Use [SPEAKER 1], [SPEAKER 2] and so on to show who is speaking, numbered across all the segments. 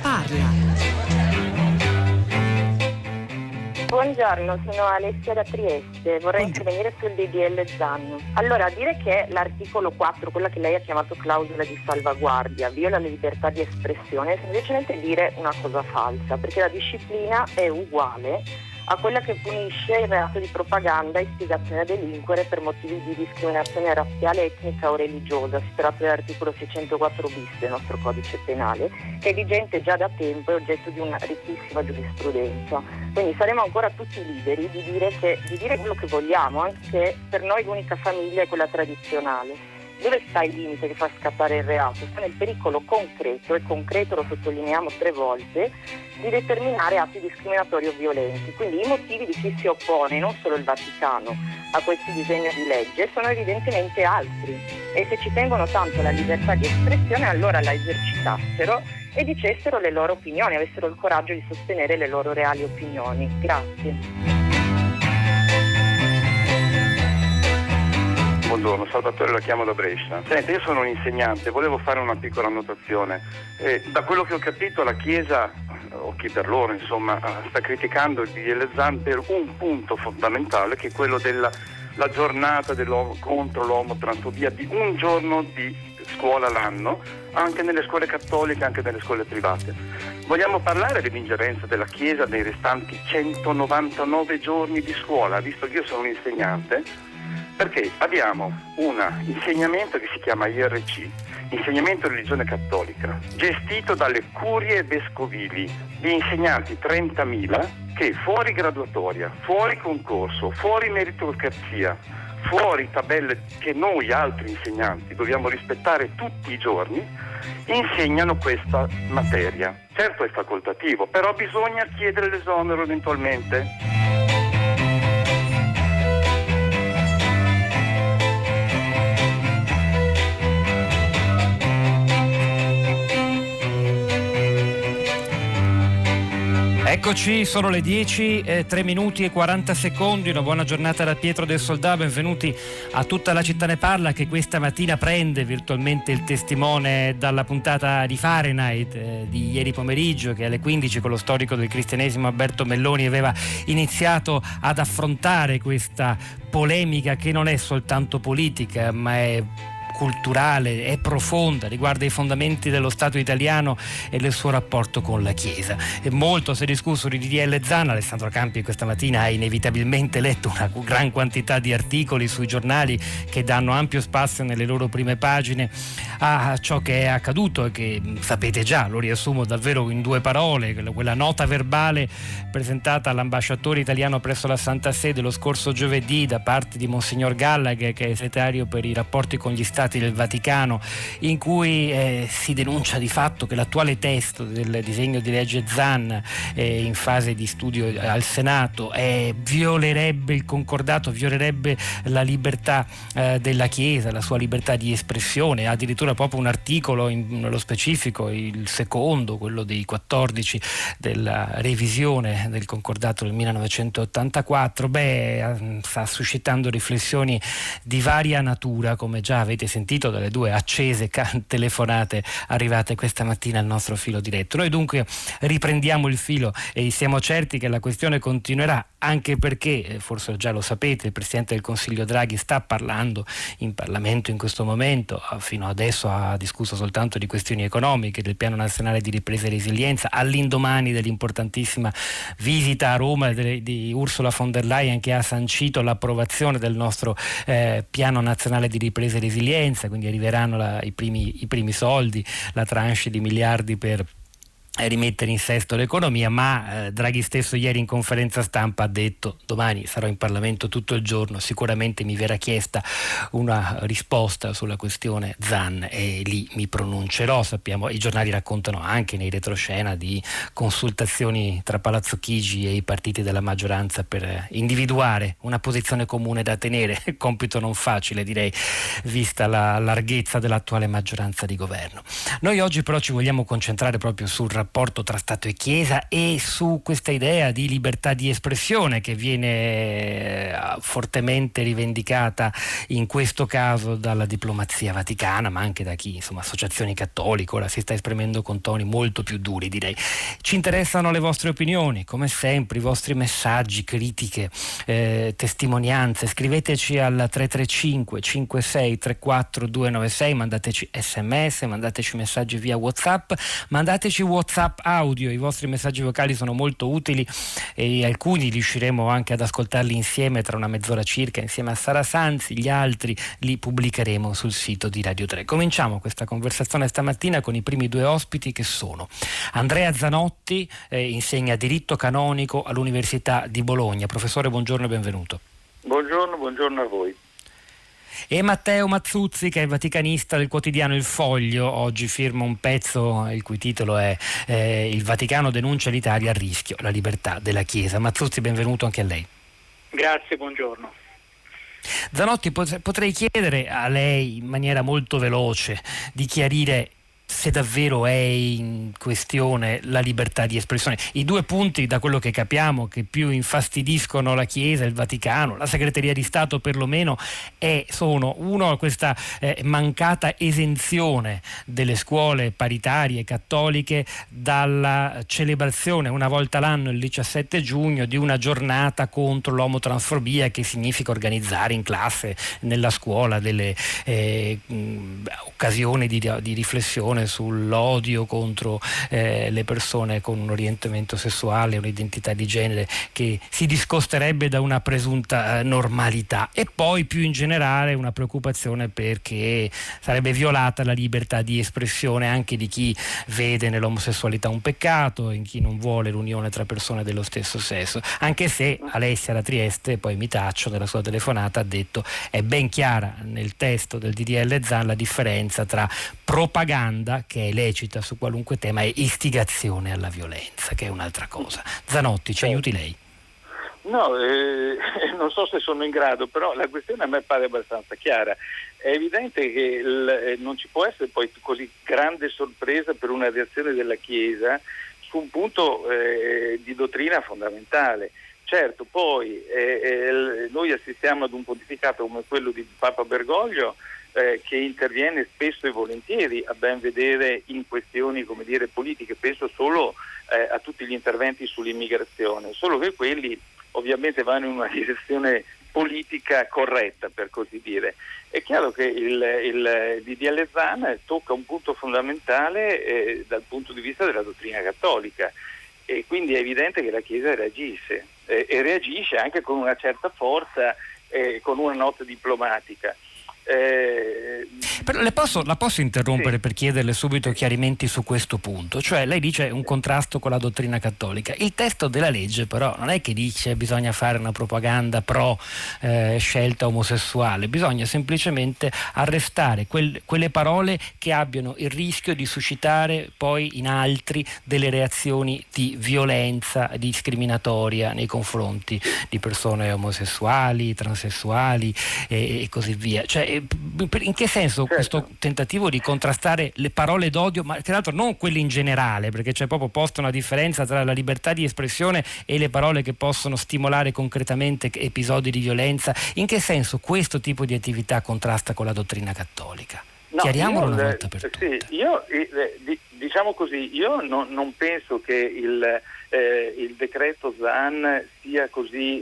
[SPEAKER 1] parla.
[SPEAKER 2] Buongiorno, sono Alessia da Trieste, vorrei intervenire sul DDL Zan. Allora, dire che l'articolo 4, quella che lei ha chiamato clausola di salvaguardia, viola la libertà di espressione, è semplicemente dire una cosa falsa, perché la disciplina è uguale a quella che punisce il reato di propaganda e istigazione a delinquere per motivi di discriminazione razziale, etnica o religiosa. Si tratta dell'articolo 604 bis del nostro codice penale, che è vigente già da tempo e oggetto di una ricchissima giurisprudenza. Quindi saremo ancora tutti liberi di dire quello che vogliamo, anche se per noi l'unica famiglia è quella tradizionale. Dove sta il limite che fa scattare il reato? Sta nel pericolo concreto, e concreto lo sottolineiamo 3 volte, di determinare atti discriminatori o violenti. Quindi i motivi di chi si oppone, non solo il Vaticano, a questi disegni di legge sono evidentemente altri, e se ci tengono tanto alla libertà di espressione, allora la esercitassero e dicessero le loro opinioni, avessero il coraggio di sostenere le loro reali opinioni. Grazie.
[SPEAKER 3] Buongiorno, Salvatore, la chiamo da Brescia. Senta, io sono un insegnante, volevo fare una piccola annotazione. Da quello che ho capito la Chiesa, o chi per loro insomma, sta criticando il DDL Zan per un punto fondamentale, che è quello della giornata contro l'omotransfobia, di un giorno di scuola l'anno, anche nelle scuole cattoliche, anche nelle scuole private. Vogliamo parlare dell'ingerenza della Chiesa nei restanti 199 giorni di scuola, visto che io sono un insegnante? Perché abbiamo un insegnamento che si chiama IRC, insegnamento di religione cattolica, gestito dalle curie vescovili di insegnanti 30.000 che fuori graduatoria, fuori concorso, fuori meritocrazia, fuori tabelle che noi altri insegnanti dobbiamo rispettare tutti i giorni, insegnano questa materia. Certo è facoltativo, però bisogna chiedere l'esonero eventualmente.
[SPEAKER 4] Eccoci, sono le 10, 3 minuti e 40 secondi, una buona giornata da Pietro del Soldà, benvenuti a tutta la città ne parla, che questa mattina prende virtualmente il testimone dalla puntata di Fahrenheit di ieri pomeriggio, che alle 15 con lo storico del cristianesimo Alberto Melloni aveva iniziato ad affrontare questa polemica che non è soltanto politica ma è culturale, è profonda, riguarda i fondamenti dello Stato italiano e del suo rapporto con la Chiesa. E molto si è discusso di DDL Zan. Alessandro Campi questa mattina ha inevitabilmente letto una gran quantità di articoli sui giornali che danno ampio spazio nelle loro prime pagine a ciò che è accaduto e che sapete già. Lo riassumo davvero in 2 parole: quella nota verbale presentata all'ambasciatore italiano presso la Santa Sede lo scorso giovedì da parte di Monsignor Gallagher, che è segretario per i rapporti con gli Stati del Vaticano, in cui si denuncia di fatto che l'attuale testo del disegno di legge Zan in fase di studio al Senato violerebbe il concordato, violerebbe la libertà della Chiesa, la sua libertà di espressione. Addirittura proprio un articolo nello specifico, il secondo, quello dei 14 della revisione del concordato del 1984, sta suscitando riflessioni di varia natura, come già avete sentito dalle 2 accese telefonate arrivate questa mattina al nostro filo diretto. Noi dunque riprendiamo il filo e siamo certi che la questione continuerà, anche perché, forse già lo sapete, il Presidente del Consiglio Draghi sta parlando in Parlamento in questo momento. Fino adesso ha discusso soltanto di questioni economiche, del Piano Nazionale di Ripresa e Resilienza, all'indomani dell'importantissima visita a Roma di Ursula von der Leyen, che ha sancito l'approvazione del nostro Piano Nazionale di Ripresa e Resilienza. Quindi arriveranno i primi soldi, la tranche di miliardi per rimettere in sesto l'economia, ma Draghi stesso ieri in conferenza stampa ha detto: domani sarò in Parlamento tutto il giorno, sicuramente mi verrà chiesta una risposta sulla questione Zan e lì mi pronuncerò. Sappiamo, i giornali raccontano anche nei retroscena di consultazioni tra Palazzo Chigi e i partiti della maggioranza per individuare una posizione comune da tenere, compito non facile, direi, vista la larghezza dell'attuale maggioranza di governo. Noi oggi però ci vogliamo concentrare proprio sul rapporto tra Stato e Chiesa e su questa idea di libertà di espressione che viene fortemente rivendicata in questo caso dalla diplomazia vaticana, ma anche da chi, insomma, associazioni cattoliche. Ora si sta esprimendo con toni molto più duri, direi. Ci interessano le vostre opinioni, come sempre, i vostri messaggi, critiche, testimonianze. Scriveteci al 335 56 34 296, mandateci sms, mandateci messaggi via WhatsApp, mandateci WhatsApp audio. I vostri messaggi vocali sono molto utili e alcuni riusciremo anche ad ascoltarli insieme tra una mezz'ora circa insieme a Sara Sanzi, gli altri li pubblicheremo sul sito di Radio 3. Cominciamo questa conversazione stamattina con i primi due ospiti, che sono Andrea Zanotti, insegna diritto canonico all'Università di Bologna. Professore, buongiorno e benvenuto.
[SPEAKER 1] Buongiorno a voi.
[SPEAKER 4] E Matteo Mazzuzzi, che è vaticanista del quotidiano Il Foglio. Oggi firma un pezzo il cui titolo è Il Vaticano denuncia l'Italia a rischio la libertà della Chiesa. Mazzuzzi, benvenuto anche a lei.
[SPEAKER 1] Grazie, buongiorno.
[SPEAKER 4] Zanotti, potrei chiedere a lei in maniera molto veloce di chiarire se davvero è in questione la libertà di espressione. I due punti, da quello che capiamo, che più infastidiscono la Chiesa, il Vaticano, la Segreteria di Stato perlomeno, sono uno, questa mancata esenzione delle scuole paritarie cattoliche dalla celebrazione una volta l'anno, il 17 giugno, di una giornata contro l'omotransfobia, che significa organizzare in classe, nella scuola, delle occasioni di riflessione sull'odio contro le persone con un orientamento sessuale, un'identità di genere che si discosterebbe da una presunta normalità, e poi più in generale una preoccupazione perché sarebbe violata la libertà di espressione anche di chi vede nell'omosessualità un peccato, in chi non vuole l'unione tra persone dello stesso sesso, anche se Alessia da Trieste, poi mi taccio, nella sua telefonata ha detto è ben chiara nel testo del DDL Zan la differenza tra propaganda, che è lecita su qualunque tema, e istigazione alla violenza, che è un'altra cosa. Zanotti, ci aiuti lei?
[SPEAKER 1] No, non so se sono in grado, però la questione a me pare abbastanza chiara. È evidente che non ci può essere poi così grande sorpresa per una reazione della Chiesa su un punto di dottrina fondamentale. Certo, poi noi assistiamo ad un pontificato come quello di Papa Bergoglio, che interviene spesso e volentieri, a ben vedere, in questioni, come dire, politiche. Penso solo a tutti gli interventi sull'immigrazione, solo che quelli ovviamente vanno in una direzione politica corretta, per così dire. È chiaro che il DDL Zan tocca un punto fondamentale dal punto di vista della dottrina cattolica, e quindi è evidente che la Chiesa reagisce e reagisce anche con una certa forza, con una nota diplomatica.
[SPEAKER 4] Però la posso interrompere, sì, per chiederle subito chiarimenti su questo punto. Cioè, lei dice un contrasto con la dottrina cattolica. Il testo della legge però non è che dice bisogna fare una propaganda pro scelta omosessuale, bisogna semplicemente arrestare quelle parole che abbiano il rischio di suscitare poi in altri delle reazioni di violenza discriminatoria nei confronti di persone omosessuali, transessuali e così via. Cioè, in che senso questo tentativo di contrastare le parole d'odio, ma tra l'altro non quelle in generale, perché c'è proprio posta una differenza tra la libertà di espressione e le parole che possono stimolare concretamente episodi di violenza, in che senso questo tipo di attività contrasta con la dottrina cattolica? No, chiariamolo una volta per tutte.
[SPEAKER 1] Sì, diciamo così, io non penso che il decreto Zan sia così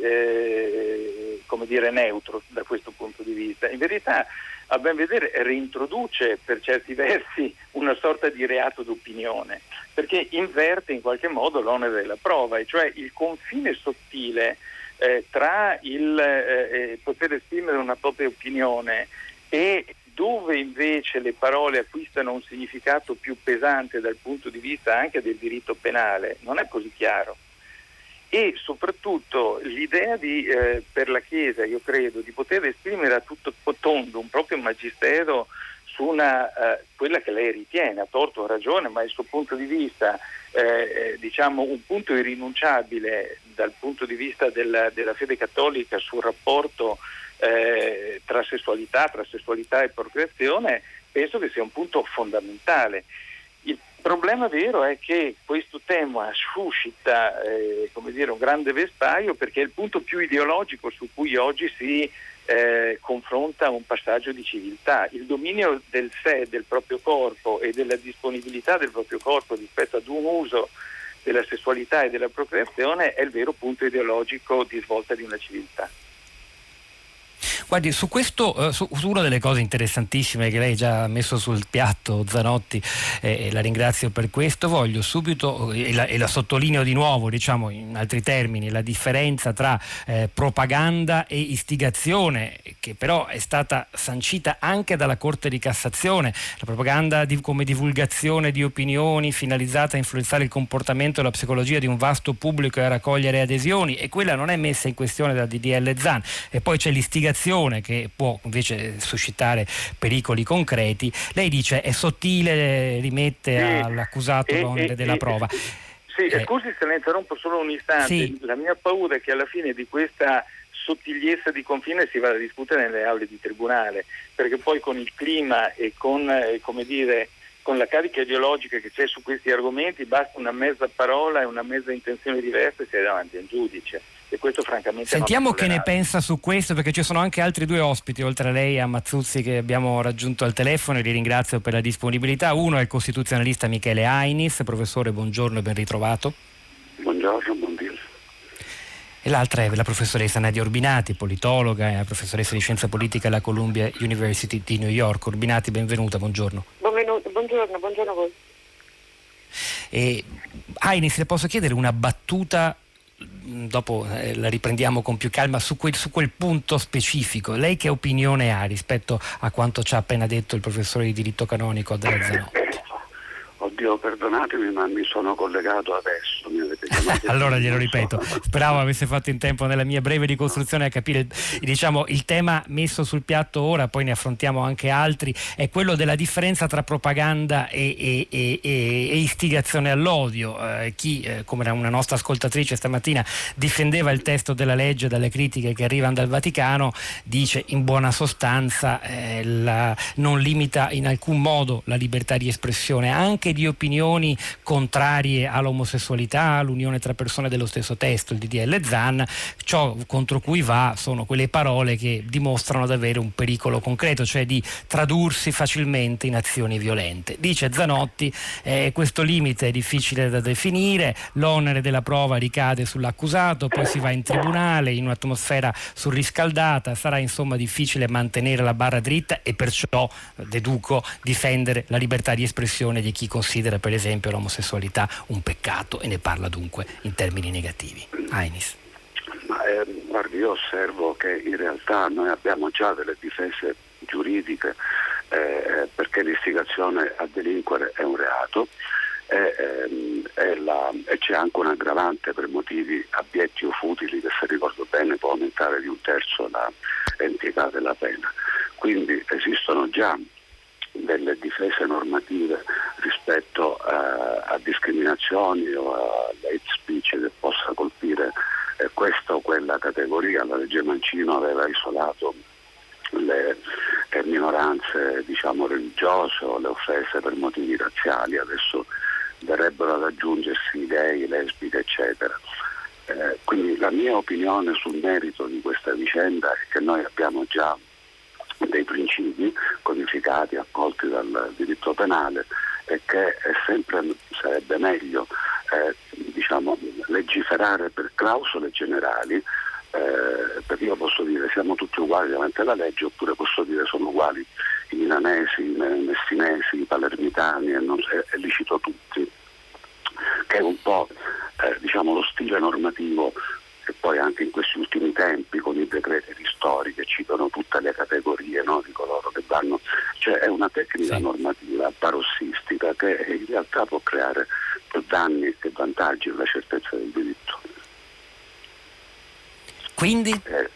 [SPEAKER 1] come dire neutro da questo punto di vista. In verità, a ben vedere, reintroduce per certi versi una sorta di reato d'opinione, perché inverte in qualche modo l'onere della prova, e cioè il confine sottile tra il poter esprimere una propria opinione e dove invece le parole acquistano un significato più pesante dal punto di vista anche del diritto penale, non è così chiaro. E soprattutto l'idea per la Chiesa, io credo, di poter esprimere a tutto tondo un proprio magistero su quella che lei ritiene, a torto o a ragione, ma il suo punto di vista, diciamo un punto irrinunciabile dal punto di vista della fede cattolica sul rapporto tra sessualità e procreazione, penso che sia un punto fondamentale. problema vero è che questo tema suscita un grande vespaio, perché è il punto più ideologico su cui oggi si confronta un passaggio di civiltà. Il dominio del sé, del proprio corpo e della disponibilità del proprio corpo rispetto ad un uso della sessualità e della procreazione è il vero punto ideologico di svolta di una civiltà.
[SPEAKER 4] Guardi, su questo, su una delle cose interessantissime che lei già ha messo sul piatto, Zanotti, e la ringrazio per questo, voglio subito, e la sottolineo di nuovo, diciamo in altri termini, la differenza tra propaganda e istigazione, che però è stata sancita anche dalla Corte di Cassazione. La propaganda come divulgazione di opinioni finalizzata a influenzare il comportamento e la psicologia di un vasto pubblico e a raccogliere adesioni, e quella non è messa in questione dal DDL Zan. E poi c'è l'istigazione, che può invece suscitare pericoli concreti. Lei dice è sottile, rimette all'accusato l'onere della prova.
[SPEAKER 1] Scusi se la interrompo solo un istante. Sì. La mia paura è che alla fine di questa sottigliezza di confine si vada a discutere nelle aule di tribunale, perché poi con il clima e con la carica ideologica che c'è su questi argomenti basta una mezza parola e una mezza intenzione diversa e si è davanti a un giudice. E questo francamente
[SPEAKER 4] sentiamo che ne pensa su questo, perché ci sono anche altri due ospiti oltre a lei e a Mazzuzzi che abbiamo raggiunto al telefono e li ringrazio per la disponibilità. Uno è il costituzionalista Michele Ainis. Professore, buongiorno e ben ritrovato.
[SPEAKER 5] Buongiorno, buongiorno.
[SPEAKER 4] E l'altra è la professoressa Nadia Urbinati, politologa e professoressa di scienza politica alla Columbia University di New York. Urbinati, benvenuta, buongiorno.
[SPEAKER 2] Buongiorno a voi.
[SPEAKER 4] Ainis, le posso chiedere una battuta? Dopo la riprendiamo con più calma su quel punto specifico. Lei che opinione ha rispetto a quanto ci ha appena detto il professore di diritto canonico Andrea Zanotti?
[SPEAKER 5] Oddio, perdonatemi, ma mi sono collegato adesso. Mi avete chiamato.
[SPEAKER 4] Allora glielo ripeto, speravo avesse fatto in tempo nella mia breve ricostruzione a capire, diciamo, il tema messo sul piatto ora, poi ne affrontiamo anche altri, è quello della differenza tra propaganda e istigazione all'odio. Chi, come una nostra ascoltatrice stamattina, difendeva il testo della legge dalle critiche che arrivano dal Vaticano, dice in buona sostanza non limita in alcun modo la libertà di espressione, anche di opinioni contrarie all'omosessualità, all'unione tra persone dello stesso testo, il DDL Zan. Ciò contro cui va sono quelle parole che dimostrano di avere un pericolo concreto, cioè di tradursi facilmente in azioni violente. Dice Zanotti, questo limite è difficile da definire, l'onere della prova ricade sull'accusato, poi si va in tribunale in un'atmosfera surriscaldata, sarà insomma difficile mantenere la barra dritta e perciò, deduco, difendere la libertà di espressione di chi considera per esempio l'omosessualità un peccato e ne parla dunque in termini negativi. Ainis.
[SPEAKER 5] Guardi, io osservo che in realtà noi abbiamo già delle difese giuridiche perché l'istigazione a delinquere è un reato e c'è anche un aggravante per motivi abietti o futili che, se ricordo bene, può aumentare di un terzo l'entità della pena. Quindi esistono già delle difese normative rispetto a discriminazioni o a hate speech che possa colpire questa o quella categoria. La legge Mancino aveva isolato le minoranze, diciamo, religiose o le offese per motivi razziali, adesso verrebbero ad aggiungersi gay, lesbiche, eccetera. Quindi la mia opinione sul merito di questa vicenda è che noi abbiamo già dei principi codificati, accolti dal diritto penale, e che sarebbe meglio legiferare per clausole generali, perché io posso dire siamo tutti uguali davanti alla legge, oppure posso dire sono uguali i milanesi, i messinesi, i palermitani, e li cito tutti, che è un po' lo stile normativo che poi anche in questi ultimi tempi con i decreti ristori che citano tutte le categorie, no, di coloro che vanno, cioè è una tecnica normativa parossistica che in realtà può creare più danni che vantaggi nella certezza del diritto.
[SPEAKER 4] Quindi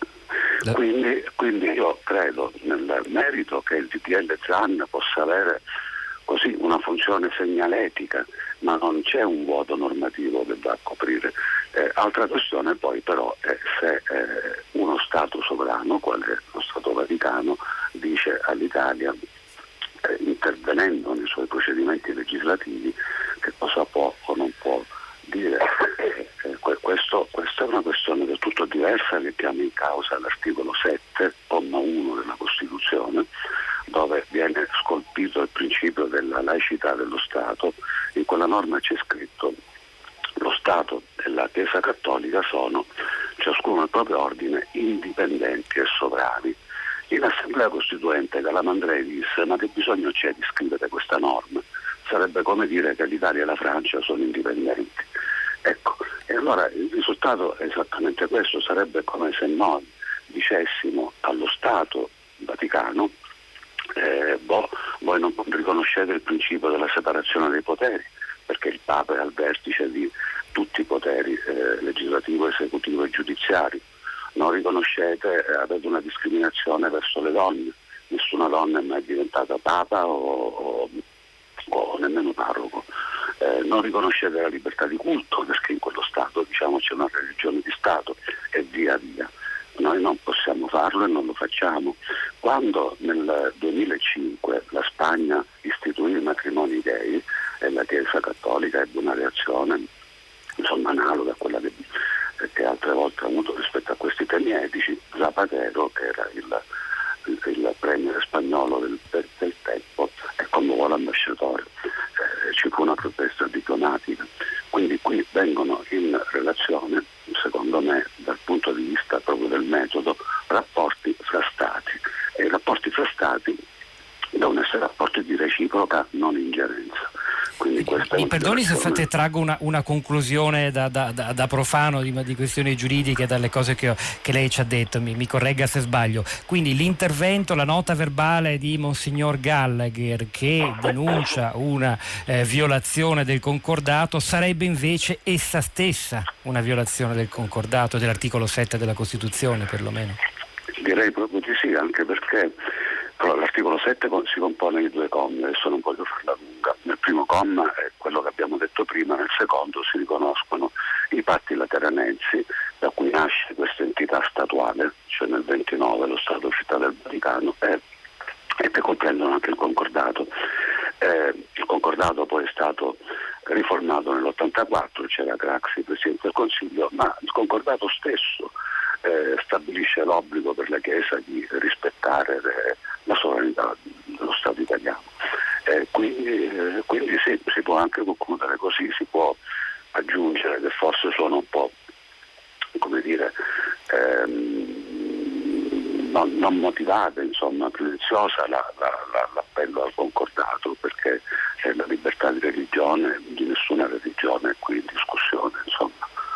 [SPEAKER 5] io credo nel merito che il DDL Zan possa avere così una funzione segnaletica, ma non c'è un vuoto normativo che va a coprire. Altra questione poi però è se uno Stato sovrano, quale lo Stato Vaticano, dice all'Italia intervenendo nei suoi procedimenti legislativi, che cosa può o non può dire. Questa è una questione del tutto diversa che chiama in causa l'articolo 7, comma 1 della Costituzione, dove viene scolpito il principio della laicità dello Stato. In quella norma c'è scritto: lo Stato e la Chiesa Cattolica sono, ciascuno il proprio ordine, indipendenti e sovrani. In Assemblea Costituente Calamandrei disse: ma che bisogno c'è di scrivere questa norma? Sarebbe come dire che l'Italia e la Francia sono indipendenti. Ecco, e allora il risultato è esattamente questo: sarebbe come se noi dicessimo allo Stato Vaticano: voi non riconoscete il principio della separazione dei poteri, perché il Papa è al vertice di tutti i poteri, legislativo, esecutivo e giudiziario. Non riconoscete, avete una discriminazione verso le donne, nessuna donna è mai diventata Papa o nemmeno parroco. Non riconoscete la libertà di culto, perché in quello Stato c'è una religione di Stato, e via via. Noi non possiamo farlo e non lo facciamo. Quando nel 2005 la Spagna istituì i matrimoni gay e la Chiesa Cattolica ebbe una reazione analoga a quella che altre volte ha avuto rispetto a questi temi etici, Zapatero, che era il premier spagnolo del tempo, e come vuole ambasciatore, ci fu una protesta diplomatica. Quindi qui vengono in relazione, secondo me, dal punto di vista proprio del metodo, rapporti fra Stati, e i rapporti fra Stati devono essere rapporti di reciproca non ingerenza.
[SPEAKER 4] Mi perdoni se traggo una conclusione da profano di questioni giuridiche dalle cose che lei ci ha detto, mi corregga se sbaglio. Quindi l'intervento, la nota verbale di Monsignor Gallagher che denuncia una violazione del concordato sarebbe invece essa stessa una violazione del concordato, dell'articolo 7 della Costituzione perlomeno?
[SPEAKER 5] Direi proprio di sì, anche perché l'articolo 7 si compone di 2 commi, adesso non voglio farla lunga. Nel primo comma è quello che abbiamo detto prima, nel secondo si riconoscono i patti lateranensi da cui nasce questa entità statuale, cioè nel 29 lo Stato Città del Vaticano, e che comprendono anche il concordato. Il concordato poi è stato riformato nell'84, c'era Craxi, Presidente del Consiglio, ma il concordato stesso stabilisce l'obbligo per la Chiesa di rispettare la sovranità dello Stato italiano. Quindi sì, si può anche concludere così, si può aggiungere che forse sono un po', come dire, non motivata, insomma, preziosa l'appello al concordato, perché la libertà di religione, di nessuna religione è qui in discussione, insomma.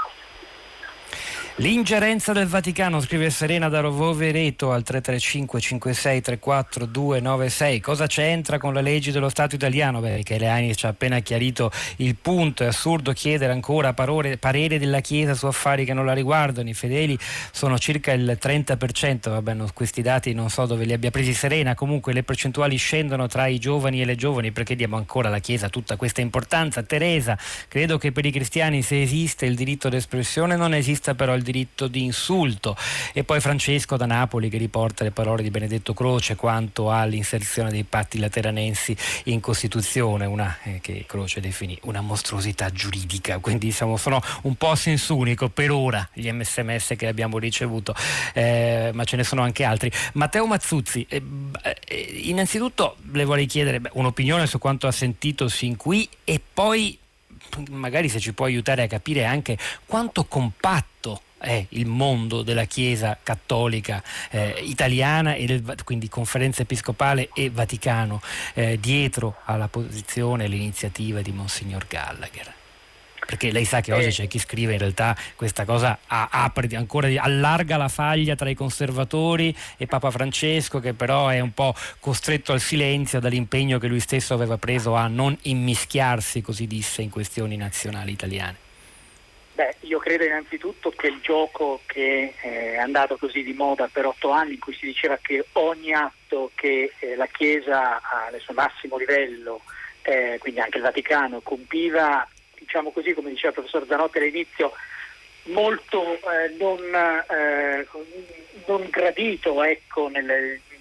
[SPEAKER 4] L'ingerenza del Vaticano, scrive Serena da Rovereto al 335 56 34 296. Cosa c'entra con le leggi dello Stato italiano? Michele Ainis ci ha appena chiarito il punto. È assurdo chiedere ancora parere della Chiesa su affari che non la riguardano. I fedeli sono circa il 30%. Vabbè, questi dati non so dove li abbia presi Serena. Comunque le percentuali scendono tra i giovani e le giovani. Perché diamo ancora alla Chiesa tutta questa importanza? Teresa, credo che per i cristiani, se esiste il diritto d'espressione, non esista però il diritto di insulto. E poi Francesco da Napoli che riporta le parole di Benedetto Croce quanto all'inserzione dei patti lateranensi in Costituzione, una che Croce definì una mostruosità giuridica. Quindi sono un po' a senso unico per ora gli SMS che abbiamo ricevuto, ma ce ne sono anche altri. Matteo Mazzuzzi, innanzitutto le vorrei chiedere un'opinione su quanto ha sentito sin qui, e poi magari se ci può aiutare a capire anche quanto compatto è il mondo della Chiesa cattolica italiana e quindi Conferenza Episcopale e Vaticano dietro alla posizione e all'iniziativa di Monsignor Gallagher. Perché lei sa che oggi c'è chi scrive in realtà questa cosa allarga la faglia tra i conservatori e Papa Francesco, che però è un po' costretto al silenzio dall'impegno che lui stesso aveva preso a non immischiarsi, così disse, in questioni nazionali italiane.
[SPEAKER 6] Io credo innanzitutto che il gioco che è andato così di moda per 8 anni, in cui si diceva che ogni atto che la Chiesa nel suo massimo livello, quindi anche il Vaticano, compiva, diciamo così, come diceva il professor Zanotti all'inizio, molto non gradito, ecco,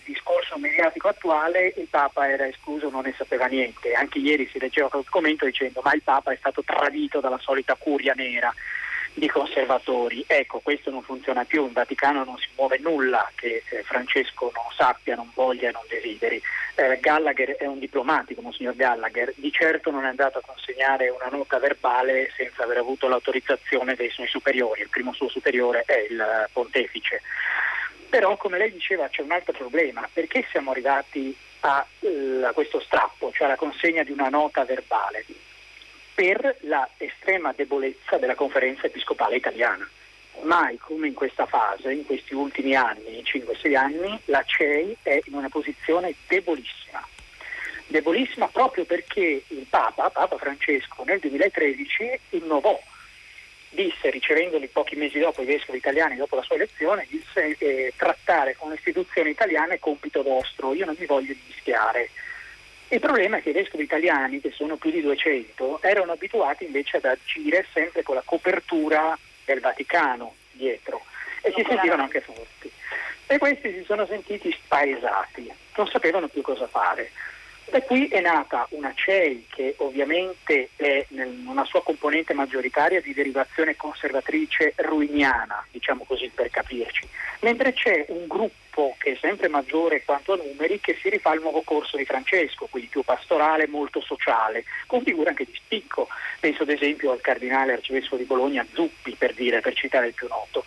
[SPEAKER 6] discorso mediatico attuale il Papa era escluso, non ne sapeva niente. Anche ieri si leggeva quel commento dicendo ma il Papa è stato tradito dalla solita curia nera di conservatori. Ecco, questo non funziona più, in Vaticano non si muove nulla che Francesco non sappia, non voglia e non desideri. Gallagher è un diplomatico, Monsignor Gallagher, di certo non è andato a consegnare una nota verbale senza aver avuto l'autorizzazione dei suoi superiori. Il primo suo superiore è il pontefice. Però, come lei diceva, c'è un altro problema. Perché siamo arrivati a questo strappo, cioè alla consegna di una nota verbale? Per la estrema debolezza della Conferenza Episcopale Italiana. Mai come in questa fase, in questi ultimi anni, 5-6 anni, la CEI è in una posizione debolissima. Debolissima proprio perché il Papa Francesco, nel 2013 innovò. Disse, ricevendoli pochi mesi dopo i vescovi italiani, dopo la sua elezione, disse trattare con le istituzioni italiane è compito vostro, io non mi voglio mischiare. Il problema è che i vescovi italiani, che sono più di 200, erano abituati invece ad agire sempre con la copertura del Vaticano dietro e si sentivano anche forti. E questi si sono sentiti spaesati, non sapevano più cosa fare. Da qui è nata una CEI che ovviamente è in una sua componente maggioritaria di derivazione conservatrice ruiniana, diciamo così per capirci, mentre c'è un gruppo che è sempre maggiore quanto a numeri che si rifà al nuovo corso di Francesco, quindi più pastorale, molto sociale, con figure anche di spicco. Penso ad esempio al cardinale arcivescovo di Bologna Zuppi, per citare il più noto.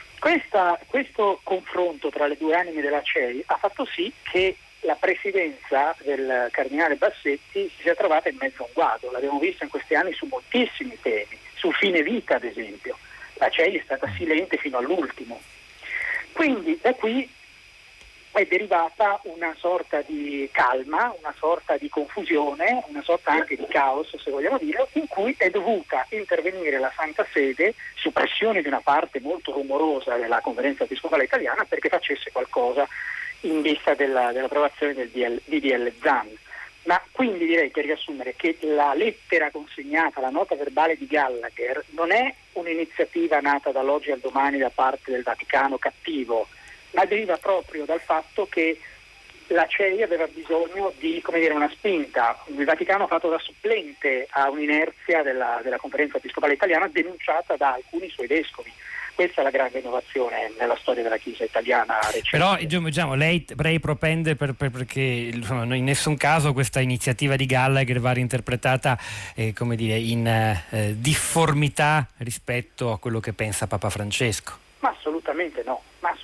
[SPEAKER 6] Questo confronto tra le due anime della CEI ha fatto sì che la presidenza del cardinale Bassetti si sia trovata in mezzo a un guado. L'abbiamo visto in questi anni su moltissimi temi, sul fine vita ad esempio. La CEI è stata silente fino all'ultimo. Quindi da qui è derivata una sorta di calma, una sorta di confusione, una sorta anche di caos, se vogliamo dirlo, in cui è dovuta intervenire la Santa Sede su pressione di una parte molto rumorosa della Conferenza Episcopale Italiana perché facesse qualcosa in vista dell'approvazione del DDL Zan. Ma quindi direi, per riassumere, che la lettera consegnata, la nota verbale di Gallagher, non è un'iniziativa nata dall'oggi al domani da parte del Vaticano cattivo, ma deriva proprio dal fatto che la CEI aveva bisogno di, una spinta. Il Vaticano ha fatto da supplente a un'inerzia della Conferenza Episcopale Italiana denunciata da alcuni suoi vescovi. Questa è la grande innovazione nella storia della Chiesa italiana recente.
[SPEAKER 4] Però diciamo, lei propende perché insomma, in nessun caso questa iniziativa di Gallagher va reinterpretata in difformità rispetto a quello che pensa Papa Francesco.
[SPEAKER 6] Ma assolutamente no.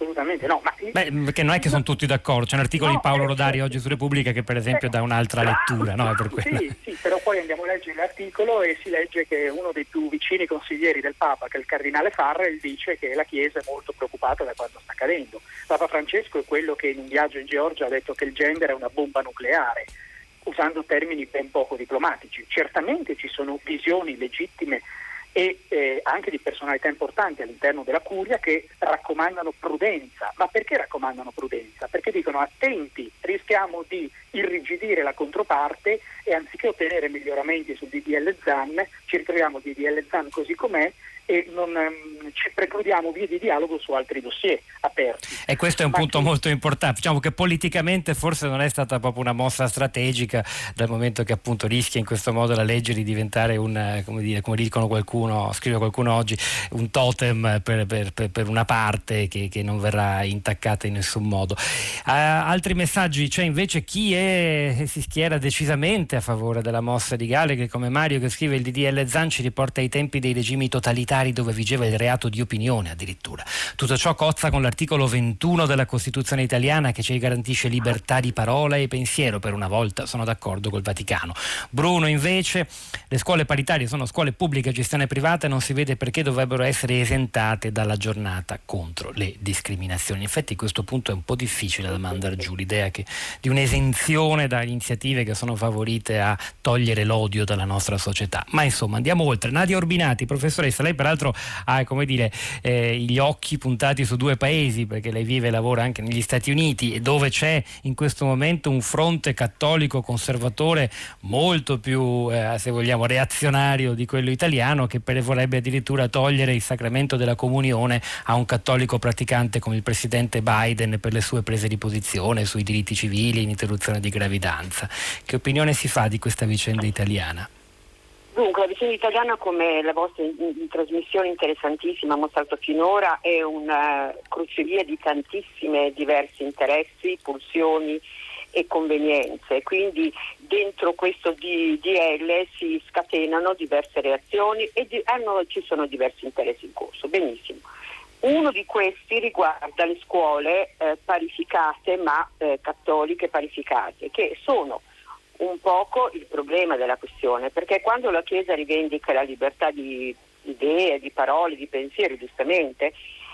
[SPEAKER 4] Perché non è che sono tutti d'accordo, c'è un articolo di Paolo Rodari oggi su Repubblica che per esempio dà un'altra lettura, no? È per quello.
[SPEAKER 6] Sì, però poi andiamo a leggere l'articolo e si legge che uno dei più vicini consiglieri del Papa, che è il cardinale Farrell, dice che la Chiesa è molto preoccupata da quanto sta accadendo. Papa Francesco è quello che in un viaggio in Georgia ha detto che il gender è una bomba nucleare, usando termini ben poco diplomatici. Certamente ci sono visioni legittime e anche di personalità importanti all'interno della curia che raccomandano prudenza. Ma perché raccomandano prudenza? Perché dicono attenti, rischiamo di irrigidire la controparte e anziché ottenere miglioramenti sul DDL Zan ci ritroviamo il DDL Zan così com'è e non ci precludiamo vie di dialogo su altri dossier aperti.
[SPEAKER 4] E questo è un punto molto importante. Diciamo che politicamente forse non è stata proprio una mossa strategica, dal momento che appunto rischia in questo modo la legge di diventare come dicono scrive qualcuno oggi, un totem per una parte che non verrà intaccata in nessun modo. Altri messaggi: c'è invece chi si schiera decisamente a favore della mossa di Gallagher, come Mario, che scrive: il DDL Zan ci riporta ai tempi dei regimi totalitari dove vigeva il reato di opinione addirittura. Tutto ciò cozza con l'articolo 21 della Costituzione italiana che ci garantisce libertà di parola e pensiero. Per una volta sono d'accordo col Vaticano. Bruno invece: le scuole paritarie sono scuole pubbliche a gestione privata e non si vede perché dovrebbero essere esentate dalla giornata contro le discriminazioni. In effetti a questo punto è un po' difficile da mandare giù l'idea di un'esenzione da iniziative che sono favorite a togliere l'odio dalla nostra società. Ma insomma andiamo oltre. Nadia Urbinati, professoressa, lei peraltro ha, come dire, gli occhi puntati su due paesi, perché lei vive e lavora anche negli Stati Uniti, e dove c'è in questo momento un fronte cattolico conservatore molto più, se vogliamo, reazionario di quello italiano, che vorrebbe addirittura togliere il sacramento della comunione a un cattolico praticante come il presidente Biden per le sue prese di posizione sui diritti civili in interruzione di gravidanza. Che opinione si fa di questa vicenda italiana?
[SPEAKER 2] Dunque, la vicenda italiana, come la vostra trasmissione interessantissima ha mostrato finora, è una crocevia di tantissime diversi interessi, pulsioni e convenienze, quindi dentro questo DDL si scatenano diverse reazioni e ci sono diversi interessi in corso. Benissimo. Uno di questi riguarda le scuole parificate, ma cattoliche parificate, che sono un poco il problema della questione, perché quando la Chiesa rivendica la libertà di idee, di parole, di pensieri, giustamente,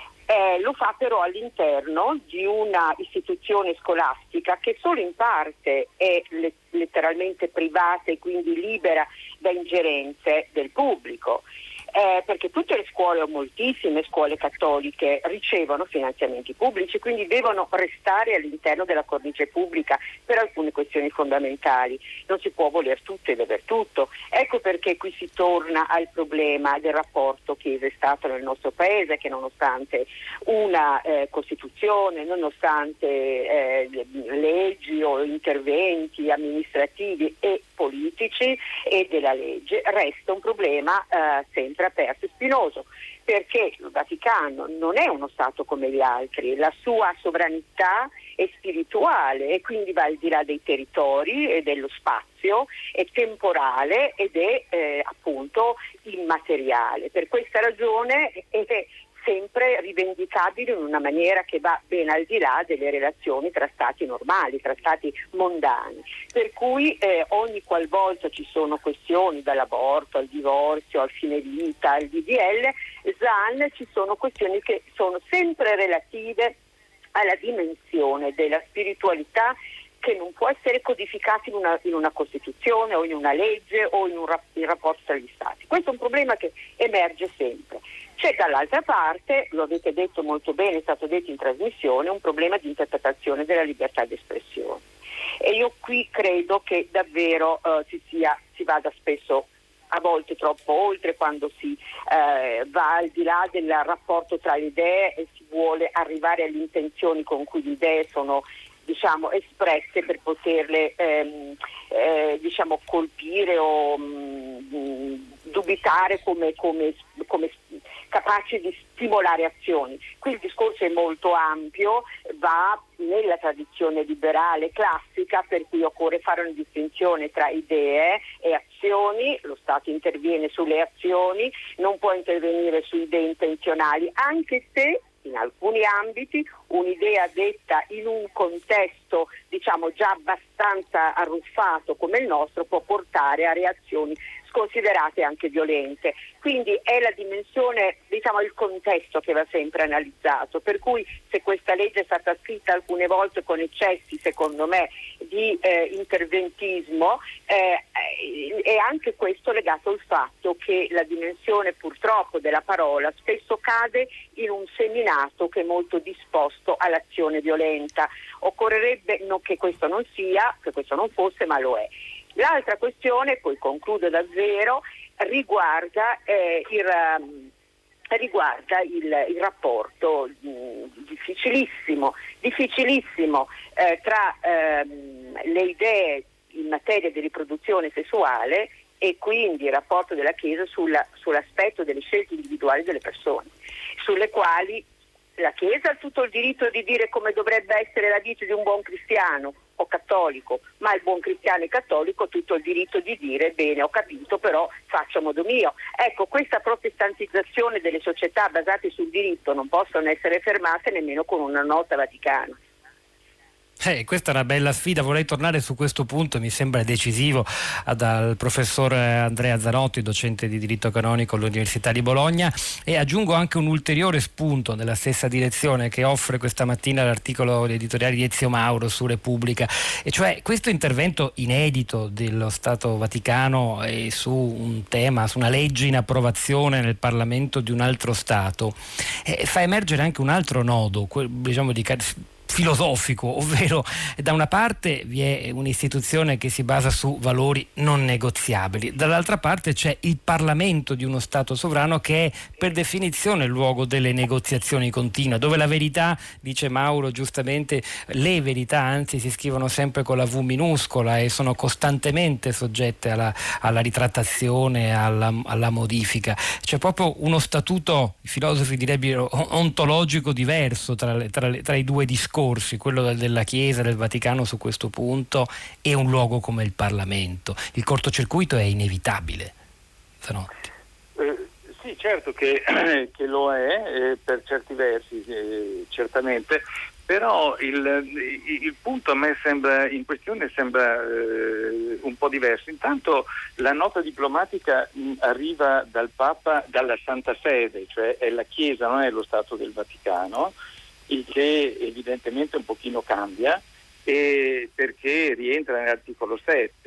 [SPEAKER 2] lo fa però all'interno di una istituzione scolastica che solo in parte è letteralmente privata e quindi libera da ingerenze del pubblico. Perché tutte le scuole, o moltissime scuole cattoliche, ricevono finanziamenti pubblici, quindi devono restare all'interno della cornice pubblica per alcune questioni fondamentali. Non si può voler tutto ed aver tutto. Ecco perché qui si torna al problema del rapporto Chiesa e Stato nel nostro Paese, che nonostante una Costituzione, nonostante leggi o interventi amministrativi e politici e della legge, resta un problema sempre aperto e spinoso, perché il Vaticano non è uno Stato come gli altri, la sua sovranità è spirituale e quindi va al di là dei territori e dello spazio, è temporale ed è appunto immateriale. Per questa ragione è sempre rivendicabile in una maniera che va ben al di là delle relazioni tra stati normali, tra stati mondani. Per cui ogni qualvolta ci sono questioni, dall'aborto al divorzio, al fine vita, al DDL, ZAN, ci sono questioni che sono sempre relative alla dimensione della spiritualità, che non può essere codificata in una Costituzione o in una legge o in rapporto tra gli Stati. Questo è un problema che emerge sempre. C'è dall'altra parte, lo avete detto molto bene, è stato detto in trasmissione, un problema di interpretazione della libertà di espressione. E io qui credo che davvero si vada spesso a volte troppo oltre, quando si va al di là del rapporto tra le idee e si vuole arrivare alle intenzioni con cui le idee sono espresse per poterle colpire o dubitare come capaci di stimolare azioni. Qui il discorso è molto ampio, va nella tradizione liberale classica, per cui occorre fare una distinzione tra idee e azioni. Lo Stato interviene sulle azioni, non può intervenire su idee intenzionali, anche se in alcuni ambiti un'idea detta in un contesto già abbastanza arruffato come il nostro può portare a reazioni considerate anche violente. Quindi è la dimensione, il contesto che va sempre analizzato, per cui se questa legge è stata scritta alcune volte con eccessi, secondo me, di interventismo, è anche questo legato al fatto che la dimensione purtroppo della parola spesso cade in un seminato che è molto disposto all'azione violenta. Occorrerebbe che questo non fosse, ma lo è. L'altra questione, poi concludo davvero, riguarda il rapporto difficilissimo tra le idee in materia di riproduzione sessuale e quindi il rapporto della Chiesa sull'aspetto delle scelte individuali delle persone, sulle quali la Chiesa ha tutto il diritto di dire come dovrebbe essere la vita di un buon cristiano o cattolico, ma il buon cristiano e cattolico ha tutto il diritto di dire bene, ho capito, però faccio a modo mio. Ecco, questa protestantizzazione delle società basate sul diritto non possono essere fermate nemmeno con una nota vaticana.
[SPEAKER 4] Questa è una bella sfida, vorrei tornare su questo punto, mi sembra decisivo, dal professor Andrea Zanotti, docente di diritto canonico all'Università di Bologna, e aggiungo anche un ulteriore spunto nella stessa direzione che offre questa mattina l'articolo editoriale di Ezio Mauro su Repubblica, e cioè questo intervento inedito dello Stato Vaticano su un tema, su una legge in approvazione nel Parlamento di un altro Stato, fa emergere anche un altro nodo, diciamo filosofico, ovvero da una parte vi è un'istituzione che si basa su valori non negoziabili, dall'altra parte c'è il Parlamento di uno Stato sovrano che è per definizione il luogo delle negoziazioni continue, dove la verità, dice Mauro giustamente, le verità anzi si scrivono sempre con la V minuscola e sono costantemente soggette alla ritrattazione, alla modifica. C'è proprio uno statuto, i filosofi direbbero ontologico diverso tra i due discorsi, quello della Chiesa, del Vaticano su questo punto, e un luogo come il Parlamento. Il cortocircuito è inevitabile. Zanotti.
[SPEAKER 1] Sì, certo che lo è, per certi versi, certamente, però il punto a me in questione sembra un po' diverso. Intanto la nota diplomatica arriva dal Papa, dalla Santa Sede, cioè è la Chiesa, non è lo Stato del Vaticano, il che evidentemente un pochino cambia, perché rientra nell'articolo 7,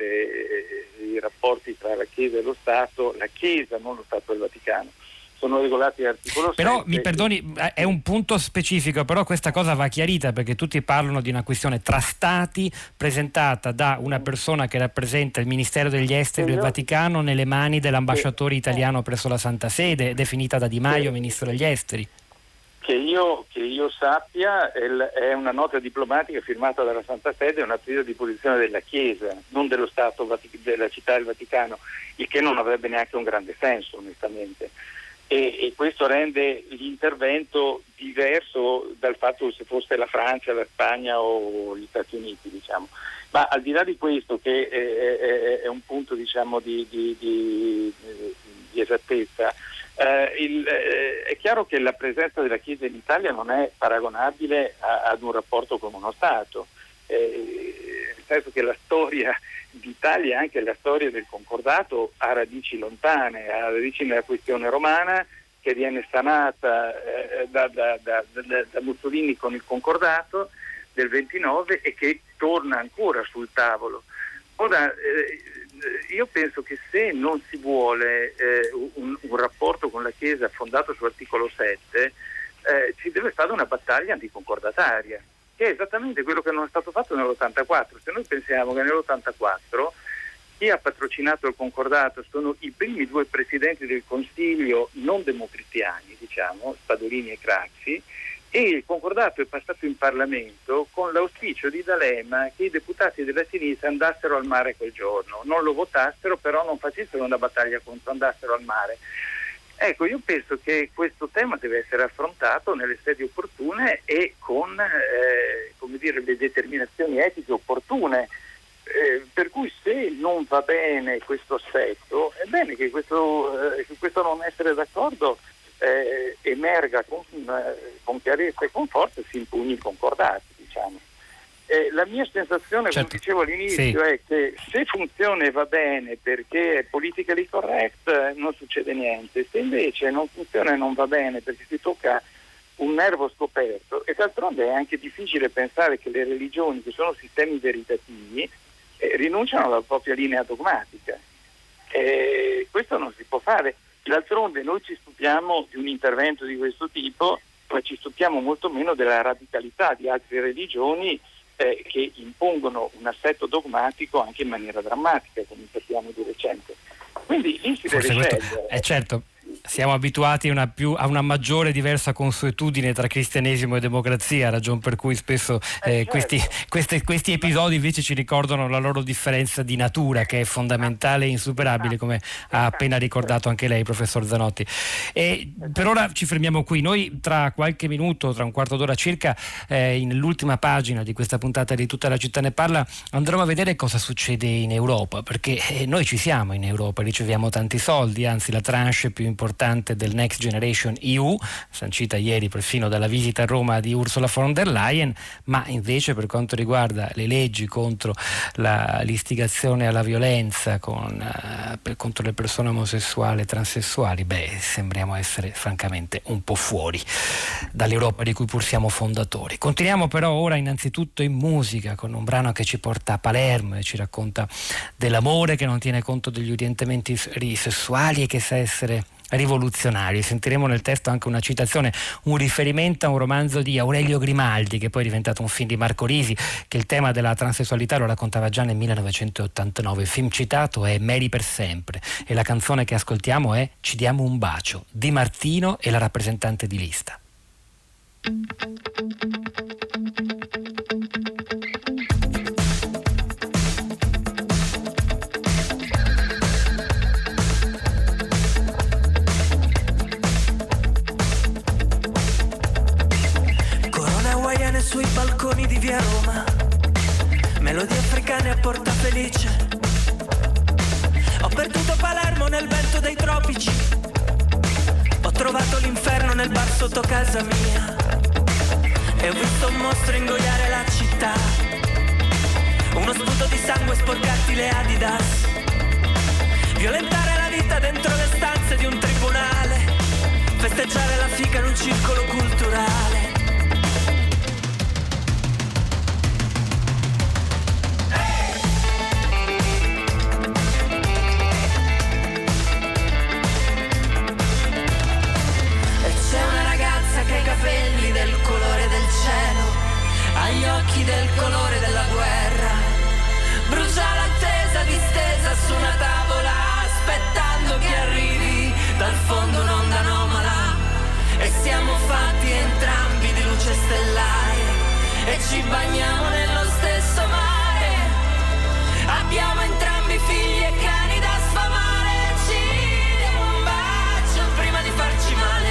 [SPEAKER 1] i rapporti tra la Chiesa e lo Stato, la Chiesa, non lo Stato del Vaticano, sono regolati dall'articolo 7.
[SPEAKER 4] Però mi perdoni, è un punto specifico, però questa cosa va chiarita, perché tutti parlano di una questione tra stati presentata da una persona che rappresenta il Ministero degli Esteri del Vaticano nelle mani dell'ambasciatore italiano presso la Santa Sede, definita da Di Maio Ministro degli Esteri.
[SPEAKER 1] Che io sappia è una nota diplomatica firmata dalla Santa Sede, una presa di posizione della Chiesa, non dello Stato della Città del Vaticano, il che non avrebbe neanche un grande senso, onestamente. E questo rende l'intervento diverso dal fatto che se fosse la Francia, la Spagna o gli Stati Uniti, diciamo. Ma al di là di questo, che è un punto, diciamo, di esattezza, è chiaro che la presenza della Chiesa in Italia non è paragonabile ad un rapporto con uno Stato, nel senso che la storia d'Italia, anche la storia del concordato, ha radici lontane, ha radici nella questione romana, che viene sanata da Mussolini con il concordato del 29 e che torna ancora sul tavolo. Ora, io penso che se non si vuole un rapporto con la Chiesa fondato sull'articolo 7, ci deve stare una battaglia anticoncordataria, che è esattamente quello che non è stato fatto nell'84. Se noi pensiamo che nell'84 chi ha patrocinato il concordato sono i primi due presidenti del Consiglio non democristiani, diciamo, Spadolini e Craxi, e il concordato è passato in Parlamento con l'auspicio di D'Alema che i deputati della sinistra andassero al mare quel giorno, non lo votassero, però non facessero una battaglia contro, andassero al mare. Ecco, io penso che questo tema deve essere affrontato nelle sedi opportune e con le determinazioni etiche opportune, per cui se non va bene questo assetto, è bene che questo non essere d'accordo emerga con chiarezza e con forza e si impugni il concordato, diciamo. La mia sensazione,
[SPEAKER 4] certo,
[SPEAKER 1] come dicevo all'inizio, è che se funziona e va bene perché è politically correct, non succede niente. Se invece non funziona e non va bene perché si tocca un nervo scoperto, e d'altronde è anche difficile pensare che le religioni, che sono sistemi veritativi, rinunciano alla propria linea dogmatica. Questo non si può fare. D'altronde noi ci stupiamo di un intervento di questo tipo, ma ci stupiamo molto meno della radicalità di altre religioni che impongono un assetto dogmatico anche in maniera drammatica, come sappiamo di recente. Quindi lì si deve scegliere.
[SPEAKER 4] Certo, siamo abituati a una maggiore diversa consuetudine tra cristianesimo e democrazia, ragion per cui spesso questi episodi invece ci ricordano la loro differenza di natura, che è fondamentale e insuperabile, come ha appena ricordato anche lei, professor Zanotti. E per ora ci fermiamo qui. Noi tra qualche minuto, tra un quarto d'ora circa, nell'ultima pagina di questa puntata di Tutta la città ne parla, andremo a vedere cosa succede in Europa, perché noi ci siamo in Europa, riceviamo tanti soldi, anzi la tranche più importante importante del Next Generation EU, sancita ieri perfino dalla visita a Roma di Ursula von der Leyen, ma invece per quanto riguarda le leggi contro l'istigazione alla violenza contro le persone omosessuali e transessuali, sembriamo essere francamente un po' fuori dall'Europa di cui pur siamo fondatori. Continuiamo però ora innanzitutto in musica con un brano che ci porta a Palermo e ci racconta dell'amore che non tiene conto degli orientamenti sessuali e che sa essere rivoluzionario. Sentiremo nel testo anche una citazione, un riferimento a un romanzo di Aurelio Grimaldi, che poi è diventato un film di Marco Risi, che il tema della transessualità lo raccontava già nel 1989. Il film citato è Mary per sempre e la canzone che ascoltiamo è Ci diamo un bacio, Di Martino e la rappresentante di lista.
[SPEAKER 7] Sui balconi di via Roma, melodie africane a Porta Felice. Ho perduto Palermo nel vento dei tropici, ho trovato l'inferno nel bar sotto casa mia e ho visto un mostro ingoiare la città, uno sputo di sangue sporcarti le Adidas, violentare la vita dentro le stanze di un tribunale, festeggiare la fica in un circolo culturale.
[SPEAKER 8] Capelli del colore del cielo, agli occhi del colore della guerra, brucia l'attesa distesa su una tavola, aspettando che arrivi dal fondo un'onda anomala, e siamo fatti entrambi di luce stellare e ci bagniamo nello stesso mare, abbiamo entrambi figli e cani da sfamare, ci diamo un bacio prima di farci male,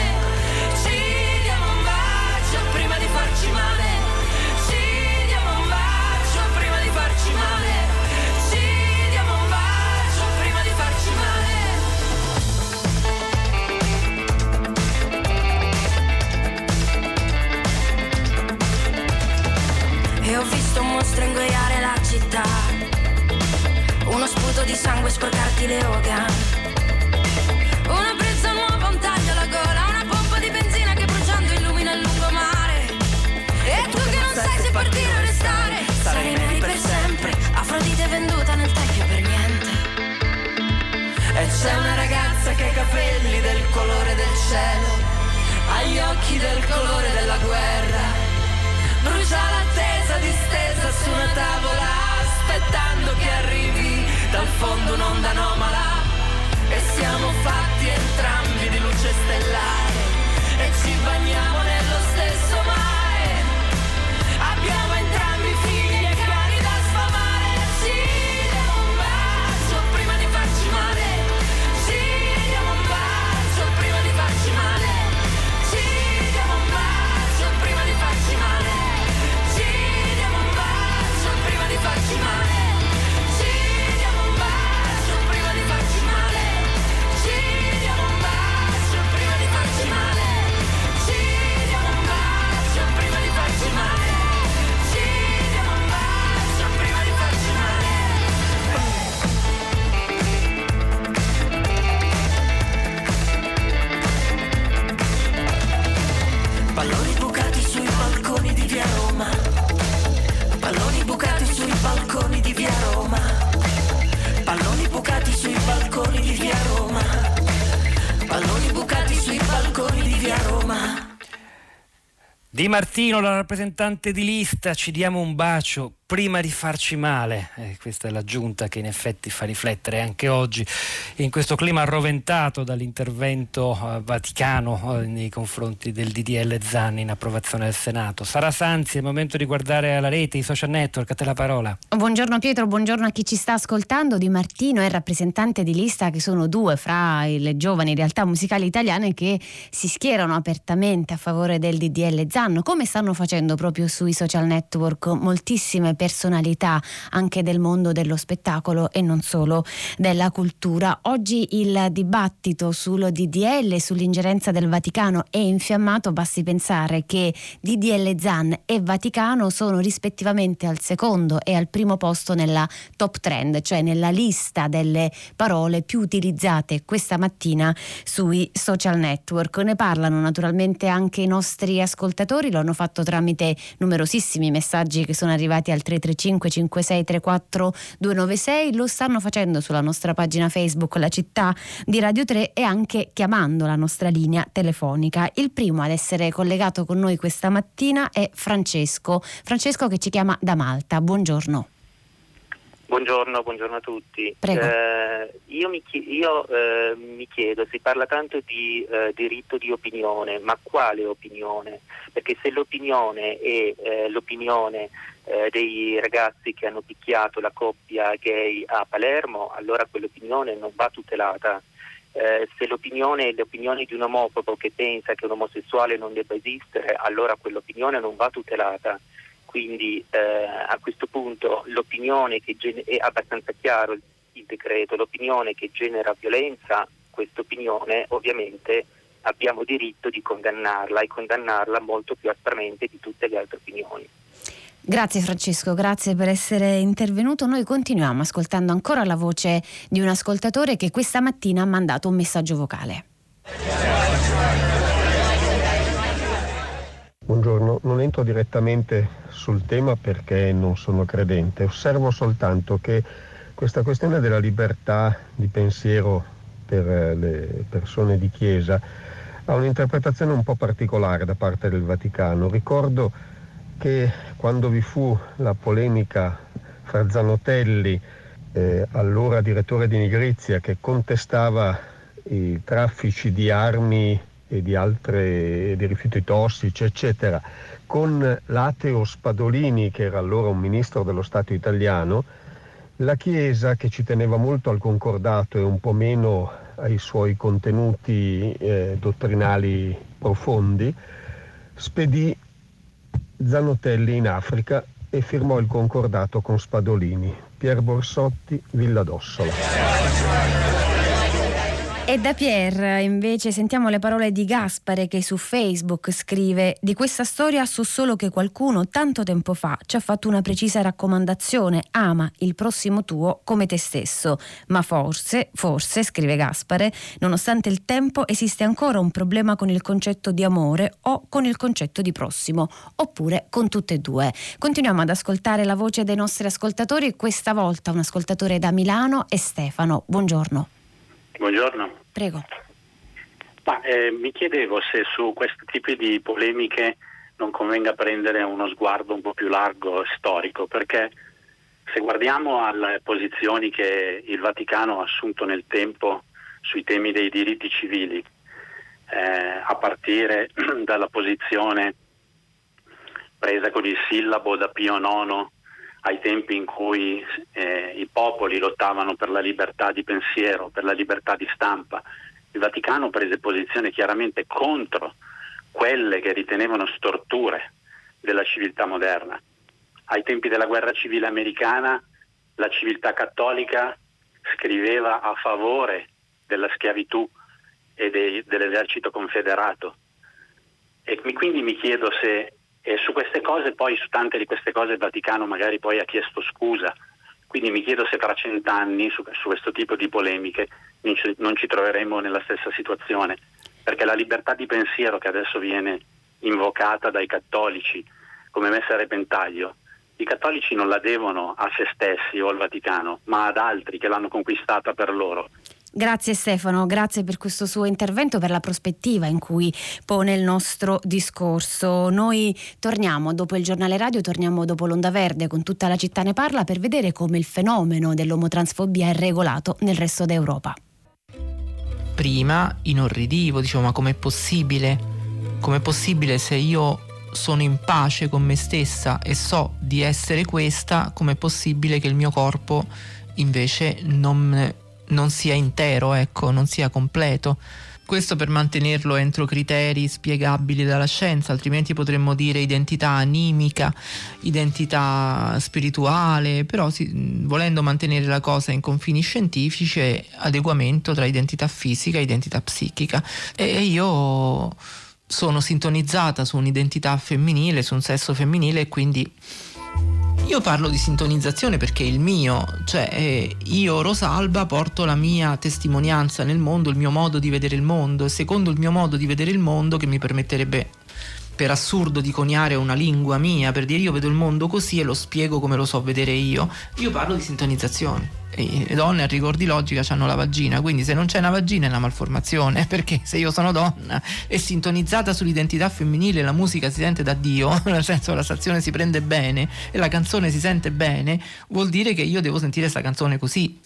[SPEAKER 8] prima di farci male, ci diamo un bacio prima di farci male, ci diamo un bacio prima di farci male. E ho visto un mostro ingoiare la città, uno sputo di sangue sporcarti le oga, una brezza nuova, un taglio alla gola, una pompa di benzina che bruciando illumina il lungomare. E tu che non sai se partire o restare, sarai Mary per sempre, Afrodite venduta nel tempio per niente. E c'è una ragazza che ha i capelli del colore del cielo, agli occhi del colore della guerra, brucia l'attesa distesa su una tavola, aspettando che arrivi dal fondo un'onda anomala, e siamo fatti entrambi di luce stellare e ci bagniamo nello stesso mare, abbiamo entrambi figli e cani da sfamare, ci diamo un bacio prima di farci male, ci diamo un bacio prima di farci male, ci diamo un bacio prima di farci male, ci diamo un bacio prima di farci male, ci diamo un bacio prima di farci male, ci diamo un bacio prima di farci male, ci diamo un bacio prima di farci male.
[SPEAKER 7] Palloni bucati sui balconi di via Roma, palloni bucati sui balconi di via Roma, palloni bucati sui balconi di via Roma, palloni bucati sui balconi di via Roma.
[SPEAKER 4] Di Martino, la rappresentante di lista, Ci diamo un bacio prima di farci male. Questa è l'aggiunta che in effetti fa riflettere anche oggi in questo clima arroventato dall'intervento vaticano nei confronti del DDL Zan in approvazione al Senato. Sara Sanzi, è il momento di guardare alla rete, i social network, a te la parola.
[SPEAKER 9] Buongiorno Pietro, buongiorno a chi ci sta ascoltando. Di Martino è rappresentante di lista, che sono due fra le giovani realtà musicali italiane che si schierano apertamente a favore del DDL Zan, come stanno facendo proprio sui social network moltissime tantissime personalità anche del mondo dello spettacolo e non solo della cultura. Oggi il dibattito sul DDL, sull'ingerenza del Vaticano è infiammato. Basti pensare che DDL Zan e Vaticano sono rispettivamente al secondo e al primo posto nella top trend, cioè nella lista delle parole più utilizzate questa mattina sui social network. Ne parlano naturalmente anche i nostri ascoltatori, lo hanno fatto tramite numerosissimi messaggi che sono arrivati al 335 5634 296, lo stanno facendo sulla nostra pagina Facebook La Città di Radio 3 e anche chiamando la nostra linea telefonica. Il primo ad essere collegato con noi questa mattina è Francesco che ci chiama da Malta. Buongiorno.
[SPEAKER 10] Buongiorno a tutti. Io mi chiedo, si parla tanto di diritto di opinione, ma quale opinione? Perché se l'opinione è l'opinione dei ragazzi che hanno picchiato la coppia gay a Palermo, allora quell'opinione non va tutelata. Se l'opinione è l'opinione di un omofobo che pensa che un omosessuale non debba esistere, allora quell'opinione non va tutelata. Quindi a questo punto l'opinione che è abbastanza chiaro il decreto, l'opinione che genera violenza, questa opinione ovviamente abbiamo diritto di condannarla e condannarla molto più aspramente di tutte le altre opinioni.
[SPEAKER 9] Grazie Francesco, grazie per essere intervenuto. Noi continuiamo ascoltando ancora la voce di un ascoltatore che questa mattina ha mandato un messaggio vocale.
[SPEAKER 11] Buongiorno, non entro direttamente sul tema perché non sono credente, osservo soltanto che questa questione della libertà di pensiero per le persone di chiesa ha un'interpretazione un po' particolare da parte del Vaticano. Ricordo che quando vi fu la polemica fra Zanotelli, allora direttore di Nigrizia, che contestava i traffici di armi e di rifiuti tossici eccetera, con l'ateo Spadolini, che era allora un ministro dello Stato italiano, la Chiesa, che ci teneva molto al concordato e un po' meno ai suoi contenuti dottrinali profondi, spedì Zanotelli in Africa e firmò il concordato con Spadolini. Pier Borsotti, Villa d'Ossola.
[SPEAKER 9] E da Pier invece sentiamo le parole di Gaspare, che su Facebook scrive: di questa storia so solo che qualcuno tanto tempo fa ci ha fatto una precisa raccomandazione: ama il prossimo tuo come te stesso. Ma forse, scrive Gaspare, nonostante il tempo esiste ancora un problema con il concetto di amore o con il concetto di prossimo, oppure con tutte e due. Continuiamo ad ascoltare la voce dei nostri ascoltatori, questa volta un ascoltatore da Milano è Stefano. Buongiorno.
[SPEAKER 12] Buongiorno.
[SPEAKER 9] Prego.
[SPEAKER 12] Mi chiedevo se su questi tipi di polemiche non convenga prendere uno sguardo un po' più largo storico, perché se guardiamo alle posizioni che il Vaticano ha assunto nel tempo sui temi dei diritti civili, a partire dalla posizione presa con il sillabo da Pio IX ai tempi in cui i popoli lottavano per la libertà di pensiero, per la libertà di stampa, il Vaticano prese posizione chiaramente contro quelle che ritenevano storture della civiltà moderna. Ai tempi della guerra civile americana la civiltà cattolica scriveva a favore della schiavitù e dell'esercito confederato. E quindi mi chiedo se su queste cose, poi su tante di queste cose il Vaticano magari poi ha chiesto scusa, quindi mi chiedo se tra 100 anni su questo tipo di polemiche non ci troveremo nella stessa situazione, perché la libertà di pensiero che adesso viene invocata dai cattolici come messa a repentaglio, i cattolici non la devono a se stessi o al Vaticano, ma ad altri che l'hanno conquistata per loro.
[SPEAKER 9] Grazie Stefano, grazie per questo suo intervento, per la prospettiva in cui pone il nostro discorso. Noi torniamo dopo il giornale radio, torniamo dopo l'Onda Verde con Tutta la città ne parla, per vedere come il fenomeno dell'omotransfobia è regolato nel resto d'Europa.
[SPEAKER 13] Prima inorridivo, ma com'è possibile? Com'è possibile se io sono in pace con me stessa e so di essere questa, com'è possibile che il mio corpo invece non sia intero, non sia completo? Questo per mantenerlo entro criteri spiegabili dalla scienza, altrimenti potremmo dire identità animica, identità spirituale, però volendo mantenere la cosa in confini scientifici è adeguamento tra identità fisica e identità psichica. E io sono sintonizzata su un'identità femminile, su un sesso femminile, e quindi io parlo di sintonizzazione perché il mio, cioè io Rosalba porto la mia testimonianza nel mondo, il mio modo di vedere il mondo, e secondo il mio modo di vedere il mondo, che mi permetterebbe per assurdo di coniare una lingua mia per dire io vedo il mondo così e lo spiego come lo so vedere io parlo di sintonizzazione. E le donne a rigor di logica hanno la vagina, quindi se non c'è una vagina è una malformazione, perché se io sono donna e sintonizzata sull'identità femminile, la musica si sente da Dio, nel senso la stazione si prende bene e la canzone si sente bene, vuol dire che io devo sentire sta canzone così.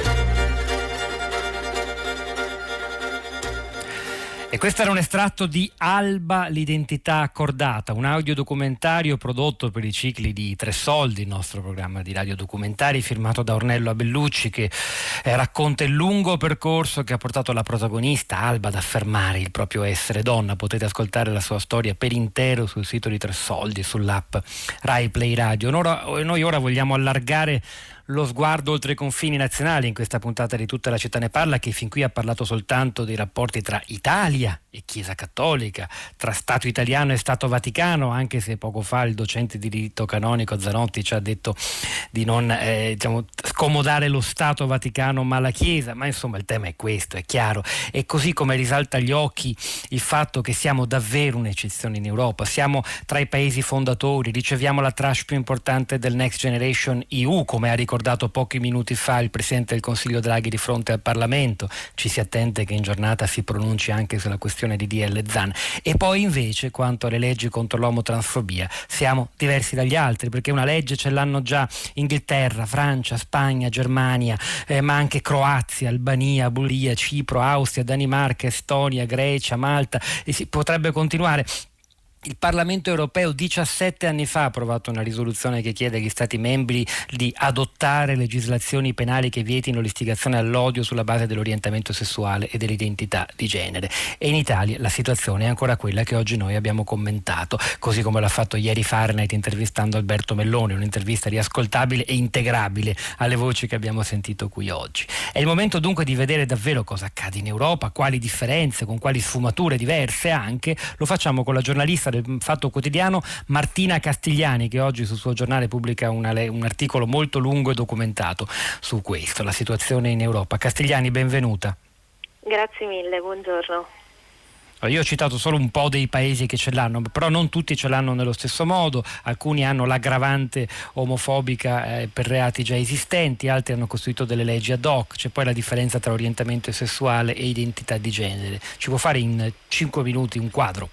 [SPEAKER 4] E questo era un estratto di Alba, l'identità accordata, un audiodocumentario prodotto per i cicli di Tre Soldi, il nostro programma di radiodocumentari, firmato da Ornello Abellucci, che racconta il lungo percorso che ha portato la protagonista Alba ad affermare il proprio essere donna. Potete ascoltare la sua storia per intero sul sito di Tre Soldi, sull'app Rai Play Radio. Noi ora vogliamo allargare lo sguardo oltre i confini nazionali in questa puntata di Tutta la città ne parla, che fin qui ha parlato soltanto dei rapporti tra Italia e Chiesa Cattolica, tra Stato italiano e Stato Vaticano, anche se poco fa il docente di diritto canonico Zanotti ci ha detto di non scomodare lo Stato Vaticano ma la Chiesa, ma insomma il tema è questo, è chiaro. E così come risalta agli occhi il fatto che siamo davvero un'eccezione in Europa, siamo tra i paesi fondatori, riceviamo la tranche più importante del Next Generation EU, come ha ricordato pochi minuti fa il Presidente del Consiglio Draghi di fronte al Parlamento. Ci si attende che in giornata si pronunci anche sulla questione di DL Zan. E poi invece, quanto alle leggi contro l'omotransfobia, siamo diversi dagli altri, perché una legge ce l'hanno già Inghilterra, Francia, Spagna, Germania, ma anche Croazia, Albania, Bulgaria, Cipro, Austria, Danimarca, Estonia, Grecia, Malta, e si potrebbe continuare. Il Parlamento europeo 17 anni fa ha approvato una risoluzione che chiede agli Stati membri di adottare legislazioni penali che vietino l'istigazione all'odio sulla base dell'orientamento sessuale e dell'identità di genere. E in Italia la situazione è ancora quella che oggi noi abbiamo commentato, così come l'ha fatto ieri Fahrenheit intervistando Alberto Melloni, un'intervista riascoltabile e integrabile alle voci che abbiamo sentito qui oggi. È il momento dunque di vedere davvero cosa accade in Europa, quali differenze, con quali sfumature diverse anche. Lo facciamo con la giornalista del Fatto Quotidiano Martina Castigliani, che oggi sul suo giornale pubblica un articolo molto lungo e documentato su questo, la situazione in Europa. Castigliani, benvenuta.
[SPEAKER 14] Grazie mille, buongiorno.
[SPEAKER 4] Io ho citato solo un po' dei paesi che ce l'hanno, però non tutti ce l'hanno nello stesso modo. Alcuni hanno l'aggravante omofobica per reati già esistenti, altri hanno costruito delle leggi ad hoc. C'è poi la differenza tra orientamento sessuale e identità di genere. Ci può fare in 5 minuti un quadro?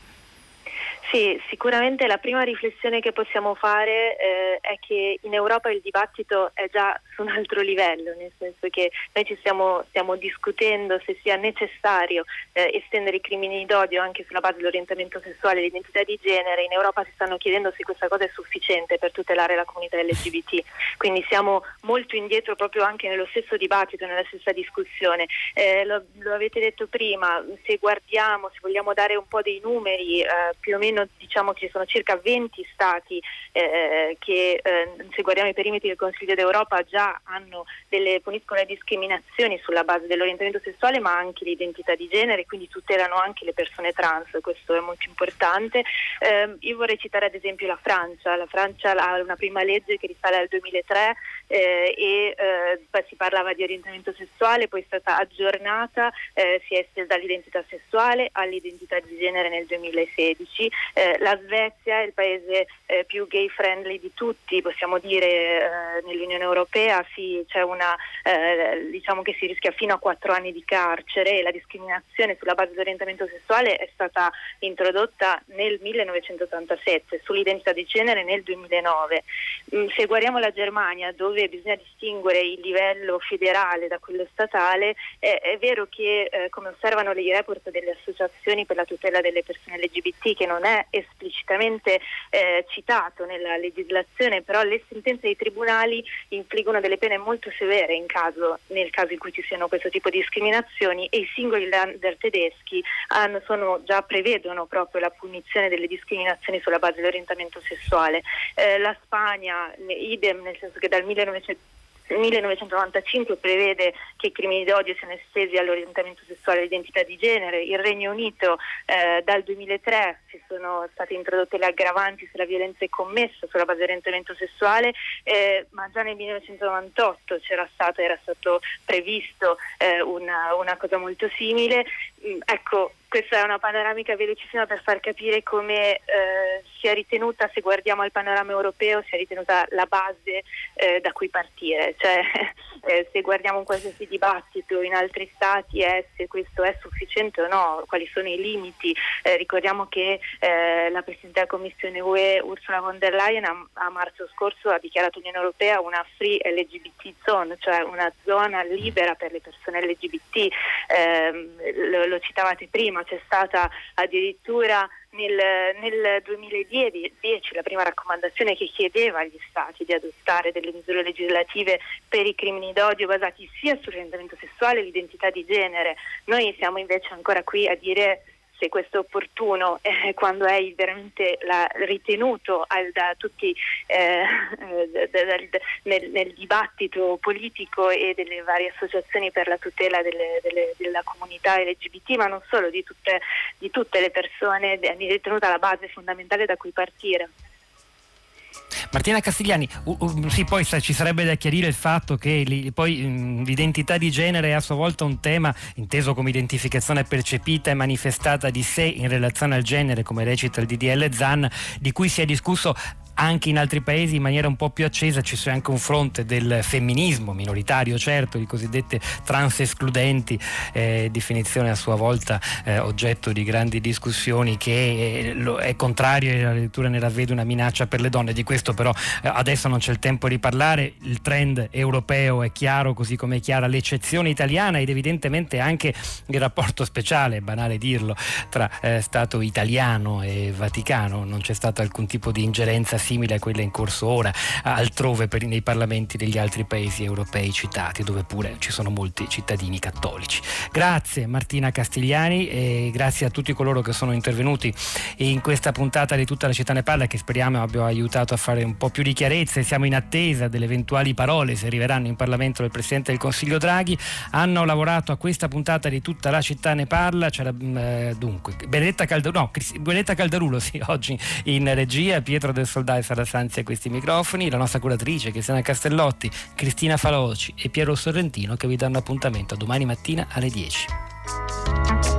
[SPEAKER 14] Sì, sicuramente la prima riflessione che possiamo fare è che in Europa il dibattito è già su un altro livello, nel senso che noi ci stiamo discutendo se sia necessario estendere i crimini d'odio anche sulla base dell'orientamento sessuale e l'identità di genere. In Europa si stanno chiedendo se questa cosa è sufficiente per tutelare la comunità LGBT, quindi siamo molto indietro proprio anche nello stesso dibattito, nella stessa discussione. Lo avete detto prima, se vogliamo dare un po' dei numeri, più o meno diciamo che ci sono circa 20 stati che se guardiamo i perimetri del Consiglio d'Europa già puniscono le discriminazioni sulla base dell'orientamento sessuale ma anche l'identità di genere, quindi tutelano anche le persone trans, questo è molto importante. Io vorrei citare ad esempio la Francia ha una prima legge che risale al 2003 poi si parlava di orientamento sessuale, poi è stata aggiornata, si è estesa dall'identità sessuale all'identità di genere nel 2016. La Svezia è il paese più gay friendly di tutti, possiamo dire, nell'Unione Europea. Sì, c'è diciamo che si rischia fino a 4 anni di carcere, e la discriminazione sulla base dell'orientamento sessuale è stata introdotta nel 1987, sull'identità di genere nel 2009. Se guardiamo la Germania, dove bisogna distinguere il livello federale da quello statale, è vero che come osservano i report delle associazioni per la tutela delle persone LGBT, che non è è esplicitamente citato nella legislazione, però le sentenze dei tribunali infliggono delle pene molto severe nel caso in cui ci siano questo tipo di discriminazioni, e i singoli Länder tedeschi già prevedono proprio la punizione delle discriminazioni sulla base dell'orientamento sessuale. La Spagna idem, nel senso che dal 1995 prevede che i crimini d'odio siano estesi all'orientamento sessuale e all'identità di genere. Il Regno Unito dal 2003 ci sono state introdotte le aggravanti se la violenza è commessa sulla base dell'orientamento sessuale, ma già nel 1998 era stato previsto una cosa molto simile. Ecco, questa è una panoramica velocissima per far capire come sia ritenuta, se guardiamo al panorama europeo, sia ritenuta la base da cui partire. Cioè, se guardiamo un qualsiasi dibattito in altri stati se questo è sufficiente o no, quali sono i limiti. Ricordiamo che la Presidente della Commissione UE, Ursula von der Leyen, a marzo scorso ha dichiarato l'Unione Europea una free LGBT zone, cioè una zona libera per le persone LGBT. Lo citavate prima, c'è stata addirittura nel 2010 la prima raccomandazione che chiedeva agli Stati di adottare delle misure legislative per i crimini d'odio basati sia sull'orientamento sessuale e l'identità di genere. Noi siamo invece ancora qui a dire se questo è opportuno, quando è veramente ritenuto da tutti nel dibattito politico e delle varie associazioni per la tutela della comunità LGBT, ma non solo, di tutte le persone, è ritenuta la base fondamentale da cui partire.
[SPEAKER 4] Martina Castigliani, sì, poi ci sarebbe da chiarire il fatto che l'identità di genere è a sua volta un tema inteso come identificazione percepita e manifestata di sé in relazione al genere, come recita il DDL Zan, di cui si è discusso anche in altri paesi in maniera un po' più accesa. Ci sia anche un fronte del femminismo minoritario, certo, di cosiddette trans escludenti, definizione a sua volta oggetto di grandi discussioni, che è contrario e addirittura ne ravvede una minaccia per le donne. Di questo però adesso non c'è il tempo di parlare. Il trend europeo è chiaro, così come è chiara l'eccezione italiana ed evidentemente anche il rapporto speciale, è banale dirlo, tra Stato italiano e Vaticano. Non c'è stato alcun tipo di ingerenza simile a quella in corso ora altrove nei parlamenti degli altri paesi europei citati, dove pure ci sono molti cittadini cattolici. Grazie Martina Castigliani e grazie a tutti coloro che sono intervenuti in questa puntata di Tutta la città ne parla, che speriamo abbia aiutato a fare un po' più di chiarezza, e siamo in attesa delle eventuali parole, se arriveranno in Parlamento, del Presidente del Consiglio Draghi. Hanno lavorato a questa puntata di Tutta la città ne parla, c'era dunque Benedetta Caldarulo sì, oggi in regia, Pietro del Soldato e Sara Sanzi a questi microfoni, la nostra curatrice Cristiana Castellotti, Cristina Faloci e Piero Sorrentino, che vi danno appuntamento domani mattina alle 10.